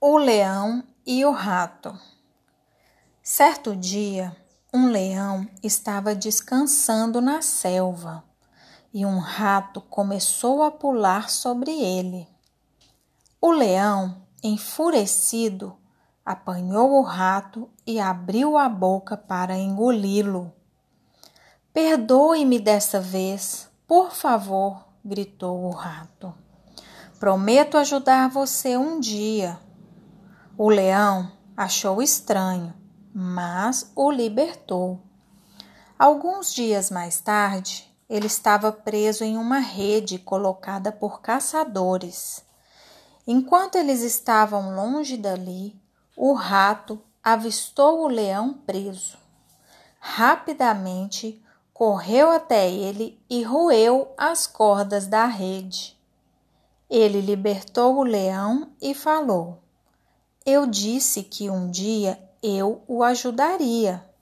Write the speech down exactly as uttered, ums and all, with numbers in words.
O leão e o rato. Certo dia, um leão estava descansando na selva e um rato começou a pular sobre ele. O leão, enfurecido, apanhou o rato e abriu a boca para engoli-lo. "Perdoe-me dessa vez, por favor", gritou o rato. "Prometo ajudar você um dia." O leão achou estranho, mas o libertou. Alguns dias mais tarde, ele estava preso em uma rede colocada por caçadores. Enquanto eles estavam longe dali, o rato avistou o leão preso. Rapidamente, correu até ele e roeu as cordas da rede. Ele libertou o leão e falou: "Eu disse que um dia eu o ajudaria.